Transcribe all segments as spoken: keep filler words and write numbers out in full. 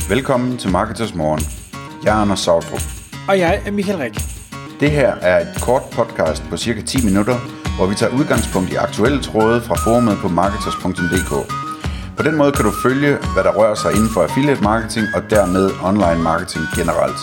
Velkommen til Marketers Morgen. Jeg er Anders Sautrup. Og jeg er Michael Rik. Det her er et kort podcast på cirka ti minutter, hvor vi tager udgangspunkt i aktuelle tråde fra forumet på marketers punktum d k. På den måde kan du følge, hvad der rører sig inden for affiliate marketing og dermed online marketing generelt.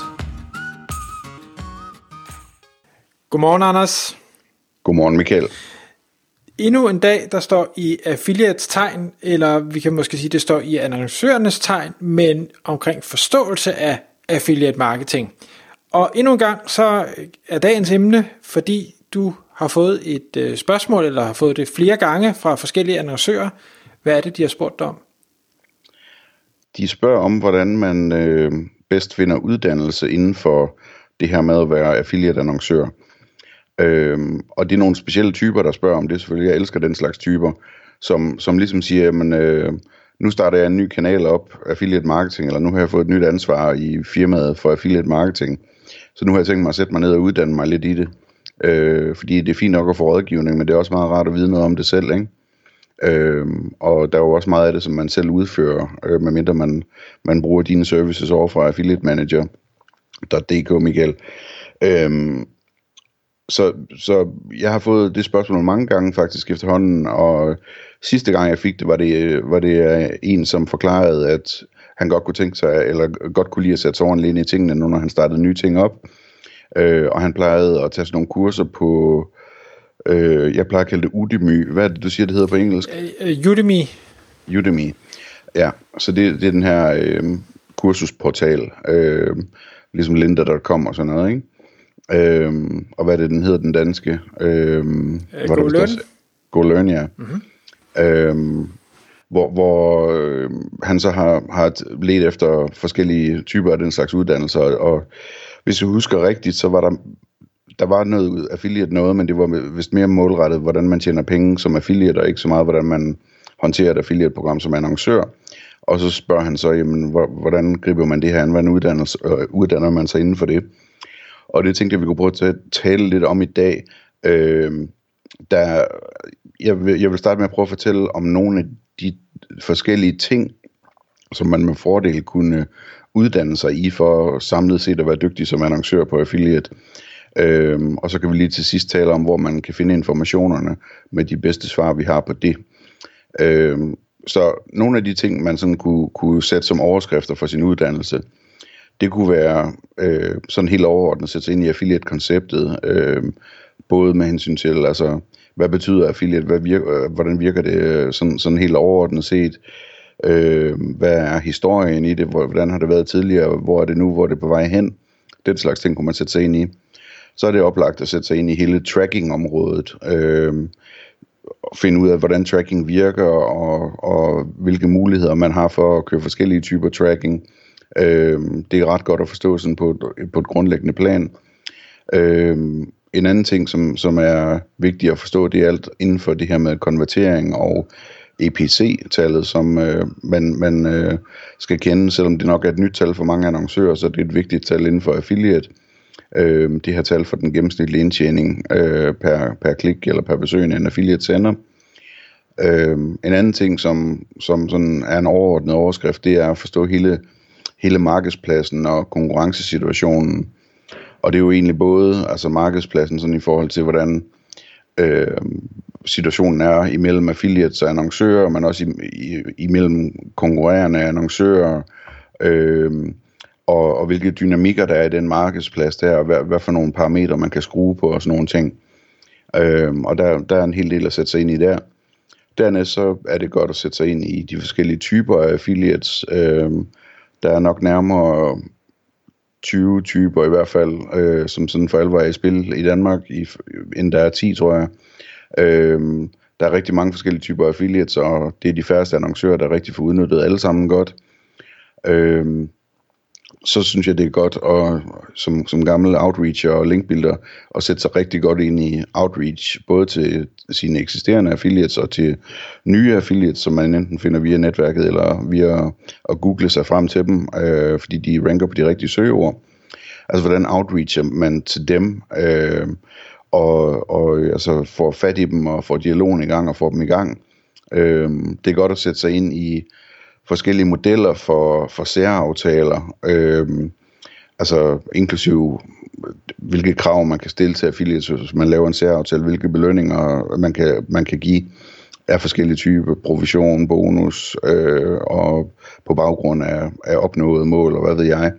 Godmorgen, Anders. Godmorgen, Michael. Endnu en dag, der står i affiliates tegn, eller vi kan måske sige, det står i annoncørernes tegn, men omkring forståelse af affiliate marketing. Og endnu en gang, så er dagens emne, fordi du har fået et øh, spørgsmål, eller har fået det flere gange fra forskellige annoncører. Hvad er det, de har spurgt dig om? De spørger om, hvordan man øh, bedst finder uddannelse inden for det her med at være affiliate-annoncør. Øhm, og det er nogle specielle typer, der spørger om det selvfølgelig. Jeg elsker den slags typer, som, som ligesom siger, jamen, øh, nu starter jeg en ny kanal op, affiliate marketing, eller nu har jeg fået et nyt ansvar i firmaet for affiliate marketing. Så nu har jeg tænkt mig at sætte mig ned og uddanne mig lidt i det. Øh, fordi det er fint nok at få rådgivning, men det er også meget rart at vide noget om det selv, ikke? Øh, og der er jo også meget af det, som man selv udfører, øh, medmindre man, man bruger dine services over fra affiliate manager punktum d k, Michael. Øh, Så, så jeg har fået det spørgsmål mange gange faktisk efterhånden, og sidste gang jeg fik det, var det, var det en, som forklarede, at han godt kunne tænke sig, eller godt kunne lide at sætte sig ordentligt ind i tingene, nu når han startede nye ting op. Øh, og han plejede at tage sådan nogle kurser på, øh, jeg plejer at kalde det Udemy. Hvad er det, du siger, det hedder på engelsk? Uh, Udemy. Udemy, ja. Så det, det er den her øh, kursusportal, øh, ligesom lynda punktum com og sådan noget, ikke? Øhm, og hvad er det, den hedder, den danske? Øhm, uh, Go Learn. Go Learn, ja. Mm-hmm. Øhm, hvor hvor øh, han så har, har ledt efter forskellige typer af den slags uddannelser, og hvis jeg husker rigtigt, så var der, der var noget affiliate noget, men det var vist mere målrettet, hvordan man tjener penge som affiliate, og ikke så meget, hvordan man håndterer et affiliate-program som annoncør. Og så spørger han så, jamen, hvordan griber man det her an, hvordan uddannelse, øh, uddanner man sig inden for det? Og det tænkte jeg, vi kunne prøve at tale lidt om i dag. Øh, der, jeg, vil, jeg vil starte med at prøve at fortælle om nogle af de forskellige ting, som man med fordel kunne uddanne sig i, for samlet set at være dygtig som annoncør på affiliate. Øh, og så kan vi lige til sidst tale om, hvor man kan finde informationerne med de bedste svar, vi har på det. Øh, så nogle af de ting, man sådan kunne, kunne sætte som overskrifter for sin uddannelse, det kunne være øh, sådan helt overordnet sætte sig ind i affiliate-konceptet, øh, både med hensyn til, altså, hvad betyder affiliate, hvad virker, øh, hvordan virker det sådan, sådan helt overordnet set, øh, hvad er historien i det, hvordan har det været tidligere, hvor er det nu, hvor er det på vej hen, den slags ting kunne man sætte sig ind i. Så er det oplagt at sætte sig ind i hele tracking-området, øh, finde ud af, hvordan tracking virker, og, og hvilke muligheder man har for at køre forskellige typer tracking. Øh, det er ret godt at forstå sådan på, på et grundlæggende plan. Øh, en anden ting, som, som er vigtigt at forstå, det er alt inden for det her med konvertering og E P C-tallet, som øh, man, man øh, skal kende, selvom det nok er et nyt tal for mange annoncører, så det er et vigtigt tal inden for affiliate. Øh, det her tal for den gennemsnitlige indtjening øh, per, per klik eller per besøgende en affiliate sender. Øh, en anden ting, som, som sådan er en overordnet overskrift, det er at forstå hele hele markedspladsen og konkurrencesituationen. Og det er jo egentlig både altså markedspladsen sådan i forhold til, hvordan øh, situationen er imellem affiliates og annoncører, men også i, i, imellem konkurrerende annoncører, øh, og, og hvilke dynamikker der er i den markedsplads der, og hvad, hvad for nogle parametre man kan skrue på og sådan nogle ting. Øh, og der, der er en hel del at sætte sig ind i der. Dernæst så er det godt at sætte sig ind i de forskellige typer af affiliates. Øh, Der er nok nærmere tyve typer i hvert fald, øh, som sådan for alvor er i spil i Danmark, i, end der er ti, tror jeg. Øh, der er rigtig mange forskellige typer affiliates, og det er de færreste annoncører, der rigtig får udnyttet alle sammen godt. Øh, så synes jeg, det er godt at, som, som gammel outreacher og linkbuilder at sætte sig rigtig godt ind i outreach, både til sine eksisterende affiliates og til nye affiliates, som man enten finder via netværket eller via at google sig frem til dem, øh, fordi de ranker på de rigtige søgeord. Altså hvordan outreacher man til dem, øh, og, og altså får fat i dem og får dialogen i gang og får dem i gang. Øh, det er godt at sætte sig ind i forskellige modeller for, for særaftaler, øh, altså inklusive hvilke krav man kan stille til affiliates, hvis man laver en særaftale, hvilke belønninger man kan, man kan give af forskellige typer, provision, bonus, øh, og på baggrund af, af opnåede mål, og hvad ved jeg.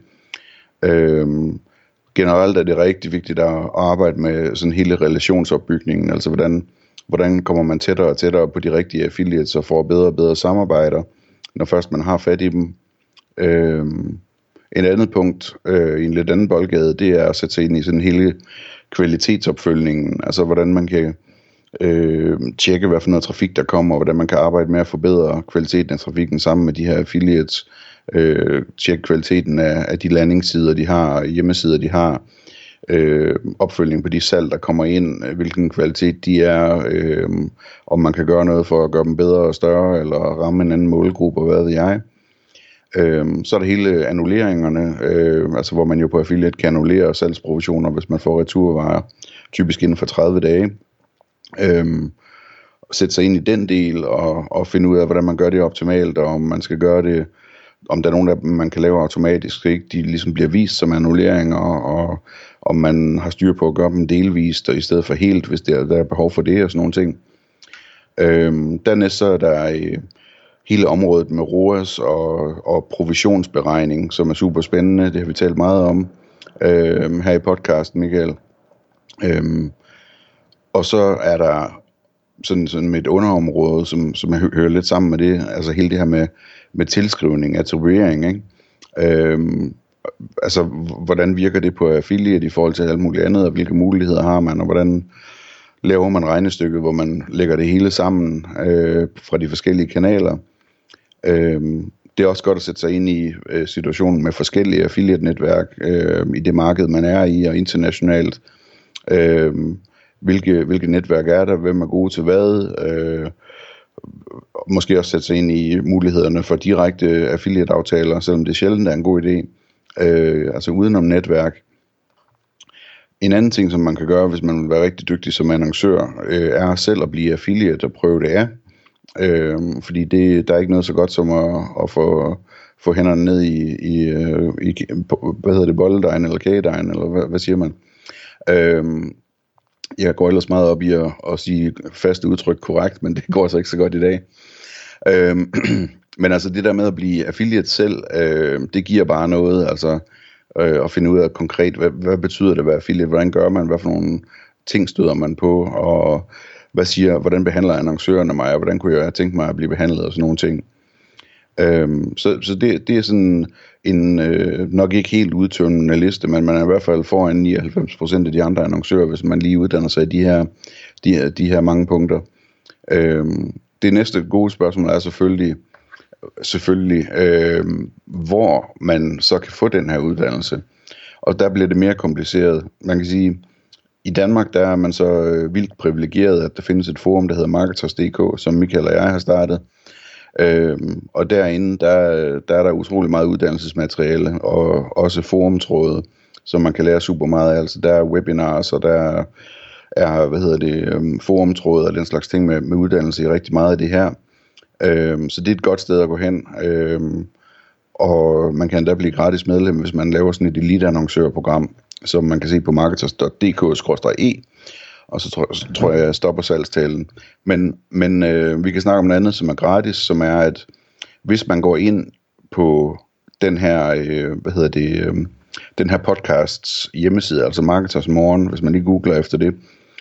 Øh, generelt er det rigtig vigtigt at arbejde med sådan hele relationsopbygningen, altså hvordan, hvordan kommer man tættere og tættere på de rigtige affiliates og får bedre og bedre samarbejder, når først man har fat i dem. Øh, En andet punkt øh, i en lidt anden boldgade, det er at sætte sig ind i sådan hele kvalitetsopfølgningen, altså hvordan man kan øh, tjekke, hvad for noget trafik der kommer, og hvordan man kan arbejde med at forbedre kvaliteten af trafikken sammen med de her affiliates, øh, tjekke kvaliteten af, af de landingssider, de har, hjemmesider, de har, øh, opfølgning på de salg, der kommer ind, hvilken kvalitet de er, øh, om man kan gøre noget for at gøre dem bedre og større, eller ramme en anden målgruppe, og hvad ved jeg. Øhm, så er der hele annulleringerne, øh, altså hvor man jo på affiliate kan annullere salgsprovisioner, hvis man får returvarer, typisk inden for tredive dage. Øhm, sætte sig ind i den del og, og finde ud af, hvordan man gør det optimalt, og om man skal gøre det, om der er nogen af dem, man kan lave automatisk, så ikke de ligesom bliver vist som annulleringer, og om man har styr på at gøre dem delvist, og i stedet for helt, hvis der, der er behov for det og sådan nogle ting. Øhm, dernæst så er der øh, hele området med R O A S og, og provisionsberegning, som er super spændende. Det har vi talt meget om øh, her i podcasten, Michael. Øhm, og så er der sådan, sådan med et underområde, som, som jeg hører lidt sammen med det, altså hele det her med, med tilskrivning, attribuering, ikke? Øhm, altså, hvordan virker det på affiliate i forhold til alt muligt andet, og hvilke muligheder har man, og hvordan laver man regnestykket, hvor man lægger det hele sammen øh, fra de forskellige kanaler. Øhm, det er også godt at sætte sig ind i øh, situationen med forskellige affiliate-netværk øh, i det marked, man er i, og internationalt. Øh, hvilke, hvilke netværk er der, hvem er gode til hvad, øh, måske også sætte sig ind i mulighederne for direkte affiliate-aftaler, selvom det sjældent er en god idé, øh, altså udenom netværk. En anden ting, som man kan gøre, hvis man vil være rigtig dygtig som annoncør, øh, er selv at blive affiliate og prøve det af. Øh, fordi det, der er ikke noget så godt som at, at få, få hænderne ned i, i, i hvad hedder det, bolledejen eller kagedejen, eller hvad, hvad siger man? Øh, jeg går ellers meget op i at, at sige faste udtryk korrekt, men det går så ikke så godt i dag. Øh, men altså det der med at blive affiliate selv, øh, det giver bare noget, altså øh, at finde ud af konkret, hvad, hvad betyder det at være affiliate, hvordan gør man, hvad for nogle ting støder man på, og hvad siger, hvordan behandler annoncørerne mig, og hvordan kunne jeg tænke mig at blive behandlet, og sådan nogle ting. Øhm, så så det, det er sådan en øh, nok ikke helt udtømmende liste, men man er i hvert fald foran nioghalvfems procent af de andre annoncører, hvis man lige uddanner sig i de her, de her, de her mange punkter. Øhm, det næste gode spørgsmål er selvfølgelig, selvfølgelig øh, hvor man så kan få den her uddannelse. Og der bliver det mere kompliceret. Man kan sige, i Danmark der er man så øh, vildt privilegeret, at der findes et forum, der hedder Marketers punktum d k, som Michael og jeg har startet. Øhm, og derinde, der, der er der utrolig meget uddannelsesmateriale, og også forumtråde, som man kan lære super meget af. Altså der er webinars, og der er, hvad hedder det, øhm, forumtråde og den slags ting med, med uddannelse i rigtig meget af det her. Øhm, så det er et godt sted at gå hen. Øhm, og man kan endda blive gratis medlem, hvis man laver sådan et elite-annoncørprogram, som man kan se på marketers punktum d k skråstreg e. Og så tror, så tror jeg, jeg stopper salgstalen. Men, men øh, vi kan snakke om noget andet, som er gratis, som er, at hvis man går ind på den her, øh, hvad hedder det, øh, den her podcasts hjemmeside, altså Marketers Morgen, hvis man lige googler efter det,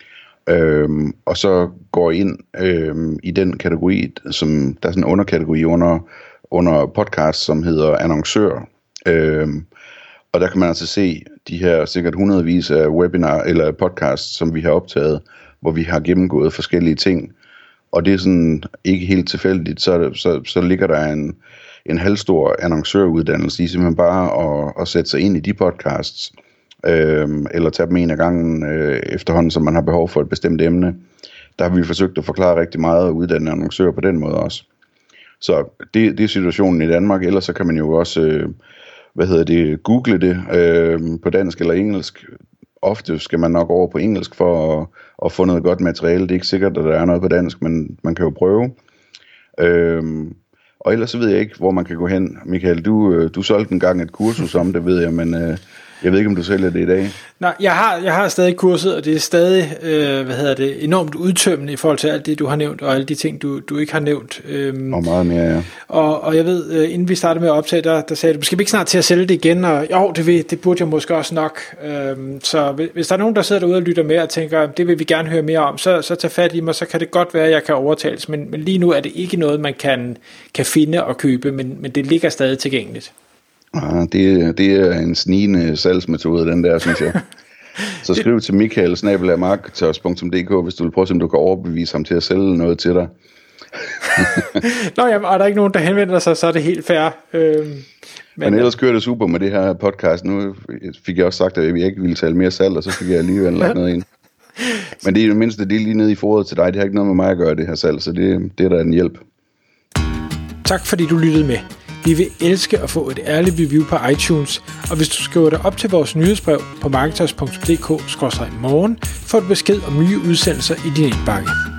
øh, og så går ind øh, i den kategori, som der er sådan en underkategori under, under podcast, som hedder annoncør, øh, og der kan man altså se de her sikkert hundredvis af webinar eller podcasts, som vi har optaget, hvor vi har gennemgået forskellige ting. Og det er sådan ikke helt tilfældigt, så, så, så ligger der en, en halvstor annoncøruddannelse i simpelthen bare at, at sætte sig ind i de podcasts, øh, eller tage dem en af gangen øh, efterhånden, som man har behov for et bestemt emne. Der har vi forsøgt at forklare rigtig meget og uddanne annoncører på den måde også. Så det, det er situationen i Danmark, ellers så kan man jo også... Øh, hvad hedder det, google det øh, på dansk eller engelsk. Ofte skal man nok over på engelsk for at, at få noget godt materiale. Det er ikke sikkert, at der er noget på dansk, men man kan jo prøve. Øh, Og ellers så ved jeg ikke, hvor man kan gå hen. Michael, du, du solgte en gang et kursus om det, ved jeg, men øh, jeg ved ikke, om du sælger det i dag. Nej, jeg har, jeg har stadig kurset, og det er stadig øh, hvad hedder det, enormt udtømmende i forhold til alt det, du har nævnt, og alle de ting, du, du ikke har nævnt. Øhm, og meget mere, ja. Og, og jeg ved, øh, inden vi startede med at optage, der, der sagde du, skal vi ikke snart til at sælge det igen? Og jo, det, vil, det burde jeg måske også nok. Øhm, så hvis der er nogen, der sidder derude og lytter med og tænker, det vil vi gerne høre mere om, så, så tag fat i mig, så kan det godt være, at jeg kan overtales. Men, men lige nu er det ikke noget, man kan, kan finde og købe, men, men det ligger stadig tilgængeligt. Ah, det, det er en snigende salgsmetode, den der, synes jeg. Så skriv til Michael snabel-a marketers punktum d k, hvis du vil prøve, om du kan overbevise ham til at sælge noget til dig. Nå jamen, er der ikke nogen, der henvender sig, så er det helt fair. Øhm, men, men ellers kører det super med det her podcast. Nu fik jeg også sagt, at jeg ikke ville tale mere salg, og så fik jeg alligevel lagt noget ind. Men det er det mindste, det er lige nede i foråret til dig. Det har ikke noget med mig at gøre, det her salg, så det, det er da en hjælp. Tak fordi du lyttede med. Vi vil elske at få et ærligt review på iTunes, og hvis du skriver dig op til vores nyhedsbrev på marketers punktum d k skråstreg morgen, får du besked om nye udsendelser i din indbakke.